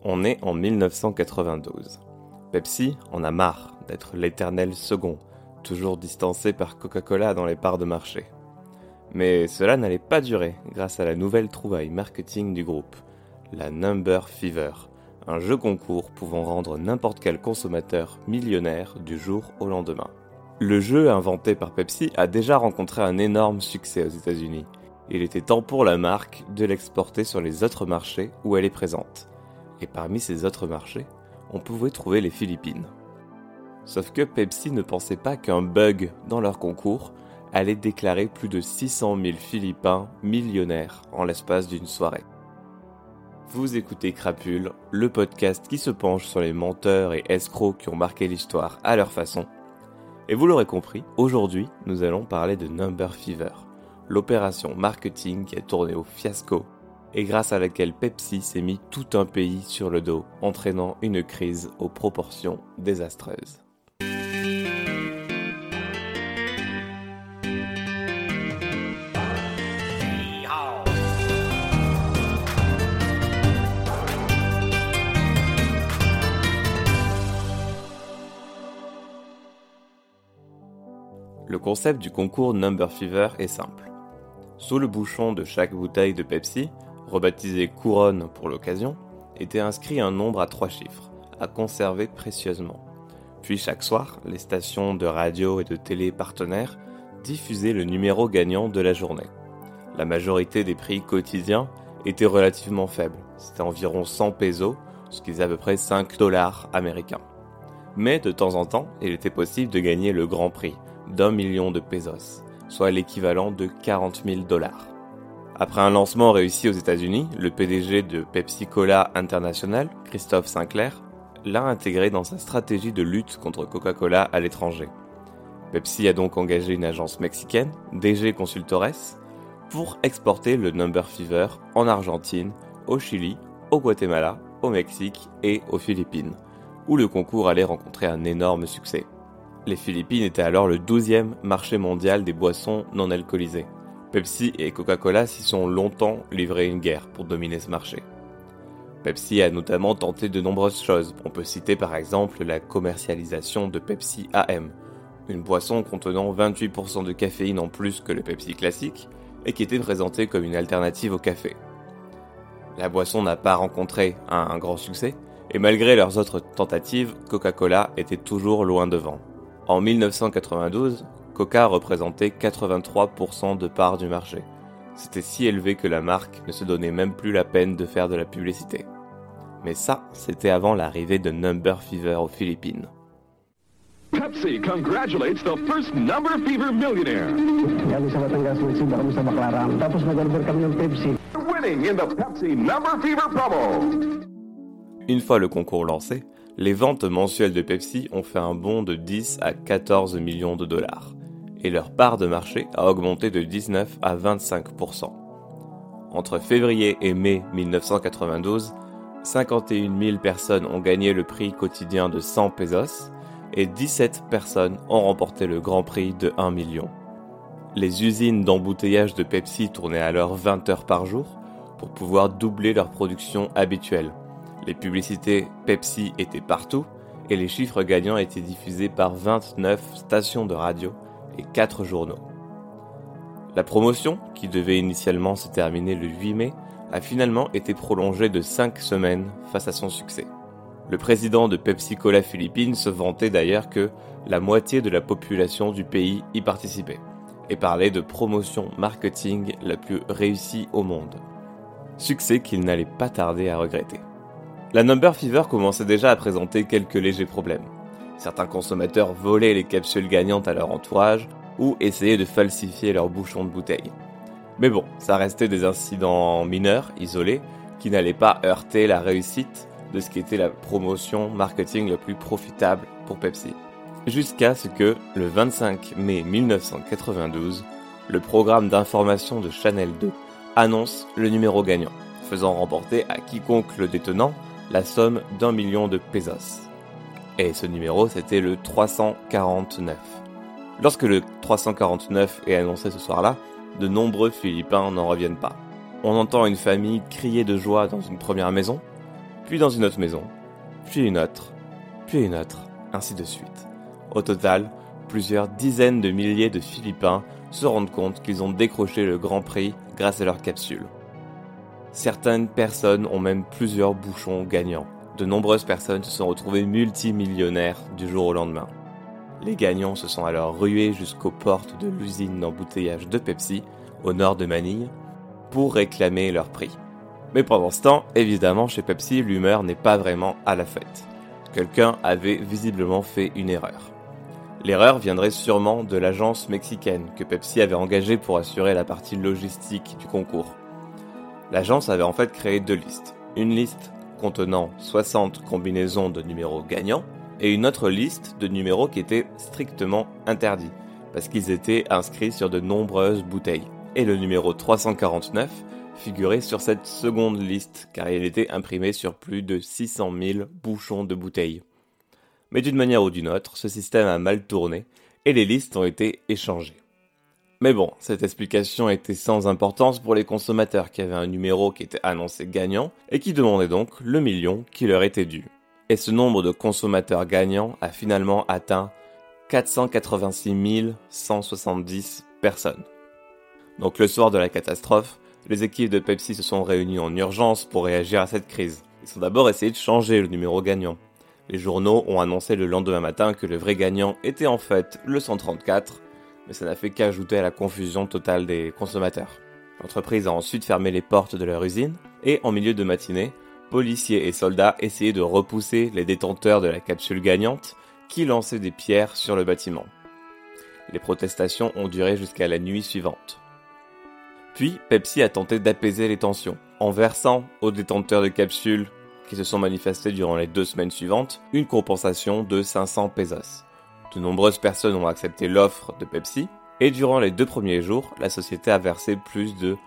On est en 1992. Pepsi en a marre d'être l'éternel second, toujours distancé par Coca-Cola dans les parts de marché. Mais cela n'allait pas durer grâce à la nouvelle trouvaille marketing du groupe, la Number Fever, un jeu concours pouvant rendre n'importe quel consommateur millionnaire du jour au lendemain. Le jeu inventé par Pepsi a déjà rencontré un énorme succès aux États-Unis. Il était temps pour la marque de l'exporter sur les autres marchés où elle est présente. Et parmi ces autres marchés, on pouvait trouver les Philippines. Sauf que Pepsi ne pensait pas qu'un bug dans leur concours allait déclarer plus de 600 000 Philippins millionnaires en l'espace d'une soirée. Vous écoutez Crapule, le podcast qui se penche sur les menteurs et escrocs qui ont marqué l'histoire à leur façon. Et vous l'aurez compris, aujourd'hui, nous allons parler de Number Fever, l'opération marketing qui a tourné au fiasco et grâce à laquelle Pepsi s'est mis tout un pays sur le dos, entraînant une crise aux proportions désastreuses. Le concept du concours Number Fever est simple. Sous le bouchon de chaque bouteille de Pepsi, rebaptisée Couronne pour l'occasion, était inscrit un nombre à 3 chiffres, à conserver précieusement. Puis chaque soir, les stations de radio et de télé partenaires diffusaient le numéro gagnant de la journée. La majorité des prix quotidiens étaient relativement faibles, c'était environ 100 pesos, ce qui est à peu près 5 $ américains. Mais de temps en temps, il était possible de gagner le grand prix, d'1 million de pesos, soit l'équivalent de 40 000 $. Après un lancement réussi aux États-Unis, le PDG de Pepsi Cola International, Christophe Sinclair, l'a intégré dans sa stratégie de lutte contre Coca-Cola à l'étranger. Pepsi a donc engagé une agence mexicaine, DG Consultores, pour exporter le Number Fever en Argentine, au Chili, au Guatemala, au Mexique et aux Philippines, où le concours allait rencontrer un énorme succès. Les Philippines étaient alors le 12e marché mondial des boissons non alcoolisées. Pepsi et Coca-Cola s'y sont longtemps livré une guerre pour dominer ce marché. Pepsi a notamment tenté de nombreuses choses. On peut citer par exemple la commercialisation de Pepsi AM, une boisson contenant 28% de caféine en plus que le Pepsi classique et qui était présentée comme une alternative au café. La boisson n'a pas rencontré un grand succès et malgré leurs autres tentatives, Coca-Cola était toujours loin devant. En 1992, Coca représentait 83% de part du marché. C'était si élevé que la marque ne se donnait même plus la peine de faire de la publicité. Mais ça, c'était avant l'arrivée de Number Fever aux Philippines. Pepsi congratulates the first Number Fever millionaire. Kami sa Batangas, nagsimba kami sa Baclaran. Tapos nag-order kami ng Pepsi. Winning in the Pepsi Number Fever promo. Une fois le concours lancé, les ventes mensuelles de Pepsi ont fait un bond de 10 à 14 millions de $. Et leur part de marché a augmenté de 19 à 25%. Entre février et mai 1992, 51 000 personnes ont gagné le prix quotidien de 100 pesos et 17 personnes ont remporté le grand prix de 1 million. Les usines d'embouteillage de Pepsi tournaient alors 20 heures par jour pour pouvoir doubler leur production habituelle. Les publicités Pepsi étaient partout et les chiffres gagnants étaient diffusés par 29 stations de radio et 4 journaux. La promotion, qui devait initialement se terminer le 8 mai, a finalement été prolongée de 5 semaines face à son succès. Le président de Pepsi Cola Philippines se vantait d'ailleurs que la moitié de la population du pays y participait, et parlait de promotion marketing la plus réussie au monde. Succès qu'il n'allait pas tarder à regretter. La Number Fever commençait déjà à présenter quelques légers problèmes. Certains consommateurs volaient les capsules gagnantes à leur entourage ou essayaient de falsifier leurs bouchons de bouteille. Mais bon, ça restait des incidents mineurs, isolés, qui n'allaient pas heurter la réussite de ce qui était la promotion marketing la plus profitable pour Pepsi. Jusqu'à ce que, le 25 mai 1992, le programme d'information de Channel 2 annonce le numéro gagnant, faisant remporter à quiconque le détenant la somme d'1 million de pesos. Et ce numéro, c'était le 349. Lorsque le 349 est annoncé ce soir-là, de nombreux Philippins n'en reviennent pas. On entend une famille crier de joie dans une première maison, puis dans une autre maison, puis une autre, ainsi de suite. Au total, plusieurs dizaines de milliers de Philippins se rendent compte qu'ils ont décroché le Grand Prix grâce à leur capsule. Certaines personnes ont même plusieurs bouchons gagnants. De nombreuses personnes se sont retrouvées multimillionnaires du jour au lendemain. Les gagnants se sont alors rués jusqu'aux portes de l'usine d'embouteillage de Pepsi, au nord de Manille, pour réclamer leur prix. Mais pendant ce temps, évidemment, chez Pepsi, l'humeur n'est pas vraiment à la fête. Quelqu'un avait visiblement fait une erreur. L'erreur viendrait sûrement de l'agence mexicaine que Pepsi avait engagée pour assurer la partie logistique du concours. L'agence avait en fait créé 2 listes. Une liste contenant 60 combinaisons de numéros gagnants et une autre liste de numéros qui étaient strictement interdits parce qu'ils étaient inscrits sur de nombreuses bouteilles. Et le numéro 349 figurait sur cette seconde liste car il était imprimé sur plus de 600 000 bouchons de bouteilles. Mais d'une manière ou d'une autre, ce système a mal tourné et les listes ont été échangées. Mais bon, cette explication était sans importance pour les consommateurs qui avaient un numéro qui était annoncé gagnant et qui demandaient donc le million qui leur était dû. Et ce nombre de consommateurs gagnants a finalement atteint 486 170 personnes. Donc le soir de la catastrophe, les équipes de Pepsi se sont réunies en urgence pour réagir à cette crise. Ils ont d'abord essayé de changer le numéro gagnant. Les journaux ont annoncé le lendemain matin que le vrai gagnant était en fait le 134, mais ça n'a fait qu'ajouter à la confusion totale des consommateurs. L'entreprise a ensuite fermé les portes de leur usine, et en milieu de matinée, policiers et soldats essayaient de repousser les détenteurs de la capsule gagnante qui lançaient des pierres sur le bâtiment. Les protestations ont duré jusqu'à la nuit suivante. Puis, Pepsi a tenté d'apaiser les tensions, en versant aux détenteurs de capsules qui se sont manifestés durant les 2 semaines suivantes une compensation de 500 pesos. De nombreuses personnes ont accepté l'offre de Pepsi, et durant les 2 premiers jours, la société a versé plus de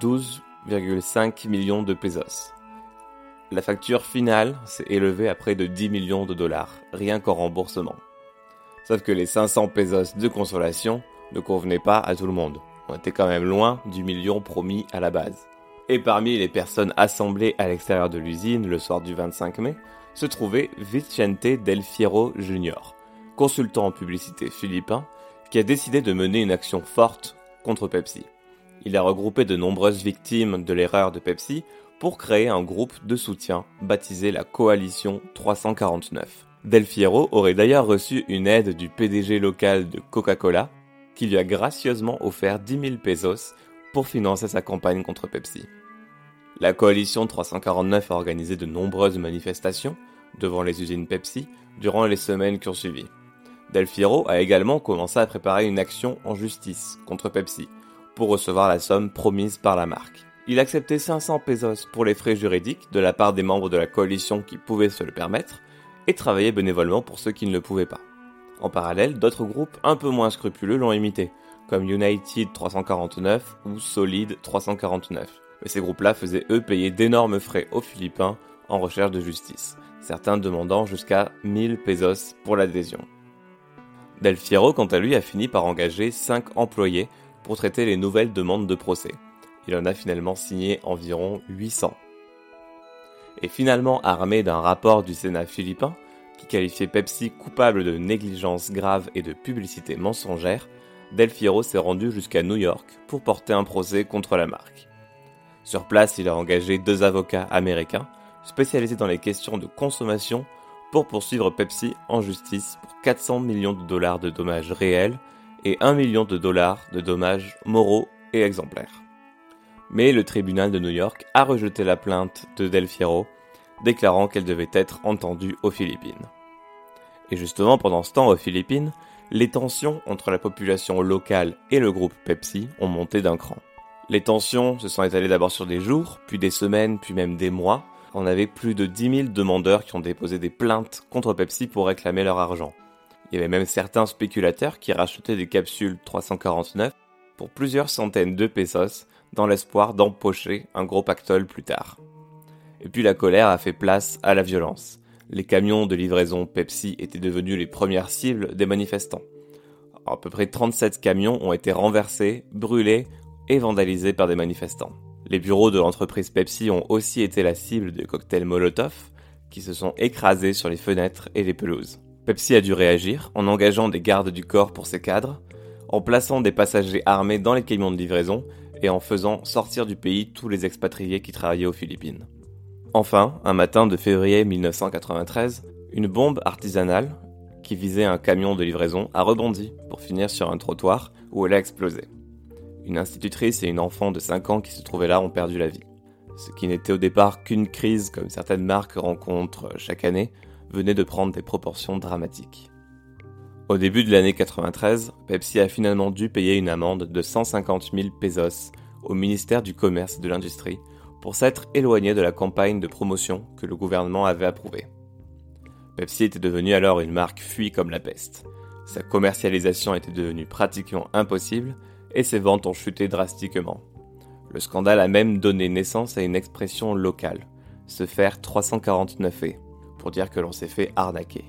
12,5 millions de pesos. La facture finale s'est élevée à près de 10 millions de dollars, rien qu'en remboursement. Sauf que les 500 pesos de consolation ne convenaient pas à tout le monde. On était quand même loin du million promis à la base. Et parmi les personnes assemblées à l'extérieur de l'usine le soir du 25 mai, se trouvait Vicente Del Fierro Jr., consultant en publicité philippin, qui a décidé de mener une action forte contre Pepsi. Il a regroupé de nombreuses victimes de l'erreur de Pepsi pour créer un groupe de soutien baptisé la Coalition 349. Del Fierro aurait d'ailleurs reçu une aide du PDG local de Coca-Cola, qui lui a gracieusement offert 10 000 pesos pour financer sa campagne contre Pepsi. La Coalition 349 a organisé de nombreuses manifestations devant les usines Pepsi durant les semaines qui ont suivi. Del Fierro a également commencé à préparer une action en justice contre Pepsi pour recevoir la somme promise par la marque. Il acceptait 500 pesos pour les frais juridiques de la part des membres de la coalition qui pouvaient se le permettre et travaillait bénévolement pour ceux qui ne le pouvaient pas. En parallèle, d'autres groupes un peu moins scrupuleux l'ont imité, comme United 349 ou Solid 349. Mais ces groupes-là faisaient eux payer d'énormes frais aux Philippins en recherche de justice, certains demandant jusqu'à 1000 pesos pour l'adhésion. Del Fierro, quant à lui, a fini par engager 5 employés pour traiter les nouvelles demandes de procès. Il en a finalement signé environ 800. Et finalement armé d'un rapport du Sénat philippin, qui qualifiait Pepsi coupable de négligence grave et de publicité mensongère, Del Fierro s'est rendu jusqu'à New York pour porter un procès contre la marque. Sur place, il a engagé 2 avocats américains, spécialisés dans les questions de consommation, pour poursuivre Pepsi en justice pour 400 millions de dollars de dommages réels et 1 million de dollars de dommages moraux et exemplaires. Mais le tribunal de New York a rejeté la plainte de Del Fierro, déclarant qu'elle devait être entendue aux Philippines. Et justement, pendant ce temps, aux Philippines, les tensions entre la population locale et le groupe Pepsi ont monté d'un cran. Les tensions se sont étalées d'abord sur des jours, puis des semaines, puis même des mois. On avait plus de 10 000 demandeurs qui ont déposé des plaintes contre Pepsi pour réclamer leur argent. Il y avait même certains spéculateurs qui rachetaient des capsules 349 pour plusieurs centaines de pesos dans l'espoir d'empocher un gros pactole plus tard. Et puis la colère a fait place à la violence. Les camions de livraison Pepsi étaient devenus les premières cibles des manifestants. À peu près 37 camions ont été renversés, brûlés et vandalisés par des manifestants. Les bureaux de l'entreprise Pepsi ont aussi été la cible de cocktails Molotov qui se sont écrasés sur les fenêtres et les pelouses. Pepsi a dû réagir en engageant des gardes du corps pour ses cadres, en plaçant des passagers armés dans les camions de livraison et en faisant sortir du pays tous les expatriés qui travaillaient aux Philippines. Enfin, un matin de février 1993, une bombe artisanale qui visait un camion de livraison a rebondi pour finir sur un trottoir où elle a explosé. Une institutrice et une enfant de 5 ans qui se trouvaient là ont perdu la vie. Ce qui n'était au départ qu'une crise comme certaines marques rencontrent chaque année, venait de prendre des proportions dramatiques. Au début de l'année 93, Pepsi a finalement dû payer une amende de 150 000 pesos au ministère du Commerce et de l'Industrie pour s'être éloigné de la campagne de promotion que le gouvernement avait approuvée. Pepsi était devenue alors une marque fuie comme la peste. Sa commercialisation était devenue pratiquement impossible et ses ventes ont chuté drastiquement. Le scandale a même donné naissance à une expression locale, se faire 349 pour dire que l'on s'est fait arnaquer.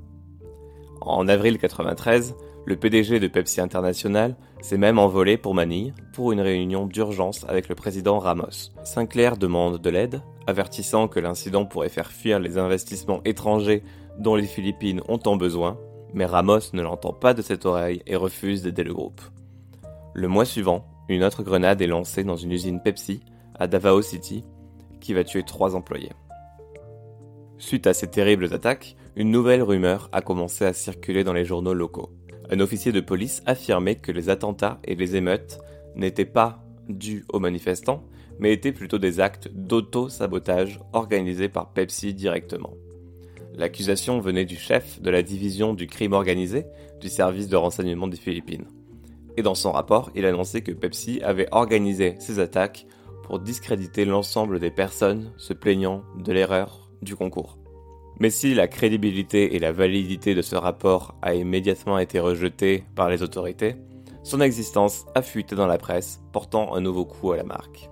En avril 93, le PDG de Pepsi International s'est même envolé pour Manille pour une réunion d'urgence avec le président Ramos. Sinclair demande de l'aide, avertissant que l'incident pourrait faire fuir les investissements étrangers dont les Philippines ont tant besoin, mais Ramos ne l'entend pas de cette oreille et refuse d'aider le groupe. Le mois suivant, une autre grenade est lancée dans une usine Pepsi à Davao City qui va tuer 3 employés. Suite à ces terribles attaques, une nouvelle rumeur a commencé à circuler dans les journaux locaux. Un officier de police affirmait que les attentats et les émeutes n'étaient pas dus aux manifestants, mais étaient plutôt des actes d'auto-sabotage organisés par Pepsi directement. L'accusation venait du chef de la division du crime organisé du service de renseignement des Philippines. Et dans son rapport, il annonçait que Pepsi avait organisé ces attaques pour discréditer l'ensemble des personnes se plaignant de l'erreur du concours. Mais si la crédibilité et la validité de ce rapport a immédiatement été rejetée par les autorités, son existence a fuité dans la presse, portant un nouveau coup à la marque.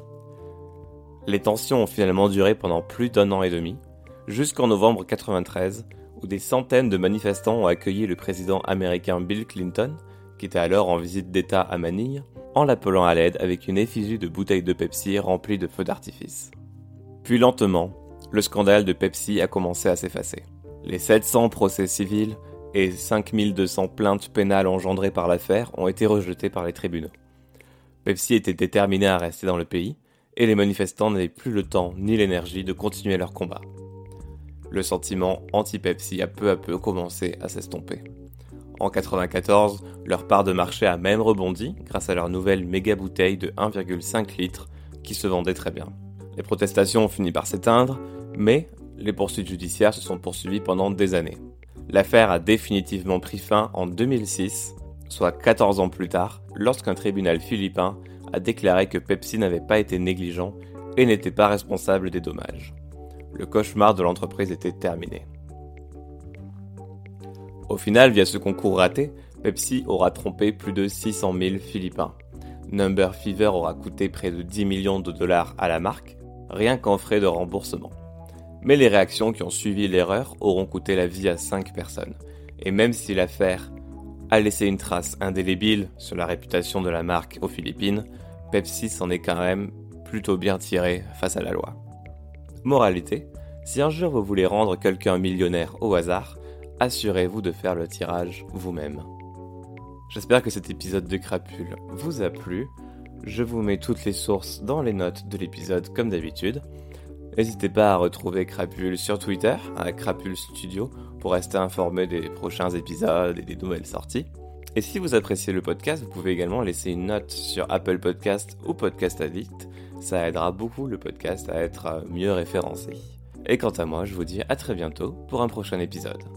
Les tensions ont finalement duré pendant plus d'1 an et demi, jusqu'en novembre 93, où des centaines de manifestants ont accueilli le président américain Bill Clinton, qui était alors en visite d'État à Manille, en l'appelant à l'aide avec une effigie de bouteilles de Pepsi remplies de feux d'artifice. Puis lentement, le scandale de Pepsi a commencé à s'effacer. Les 700 procès civils et 5200 plaintes pénales engendrées par l'affaire ont été rejetées par les tribunaux. Pepsi était déterminé à rester dans le pays, et les manifestants n'avaient plus le temps ni l'énergie de continuer leur combat. Le sentiment anti-Pepsi a peu à peu commencé à s'estomper. En 1994, leur part de marché a même rebondi grâce à leur nouvelle méga bouteille de 1,5 litres qui se vendait très bien. Les protestations ont fini par s'éteindre, mais les poursuites judiciaires se sont poursuivies pendant des années. L'affaire a définitivement pris fin en 2006, soit 14 ans plus tard, lorsqu'un tribunal philippin a déclaré que Pepsi n'avait pas été négligent et n'était pas responsable des dommages. Le cauchemar de l'entreprise était terminé. Au final, via ce concours raté, Pepsi aura trompé plus de 600 000 Philippins. Number Fever aura coûté près de 10 millions de dollars à la marque, rien qu'en frais de remboursement. Mais les réactions qui ont suivi l'erreur auront coûté la vie à 5 personnes. Et même si l'affaire a laissé une trace indélébile sur la réputation de la marque aux Philippines, Pepsi s'en est quand même plutôt bien tiré face à la loi. Moralité, si un jour vous voulez rendre quelqu'un millionnaire au hasard, assurez-vous de faire le tirage vous-même. J'espère que cet épisode de Crapule vous a plu. Je vous mets toutes les sources dans les notes de l'épisode comme d'habitude. N'hésitez pas à retrouver Crapule sur Twitter, à Crapule Studio, pour rester informé des prochains épisodes et des nouvelles sorties. Et si vous appréciez le podcast, vous pouvez également laisser une note sur Apple Podcast ou Podcast Addict. Ça aidera beaucoup le podcast à être mieux référencé. Et quant à moi, je vous dis à très bientôt pour un prochain épisode.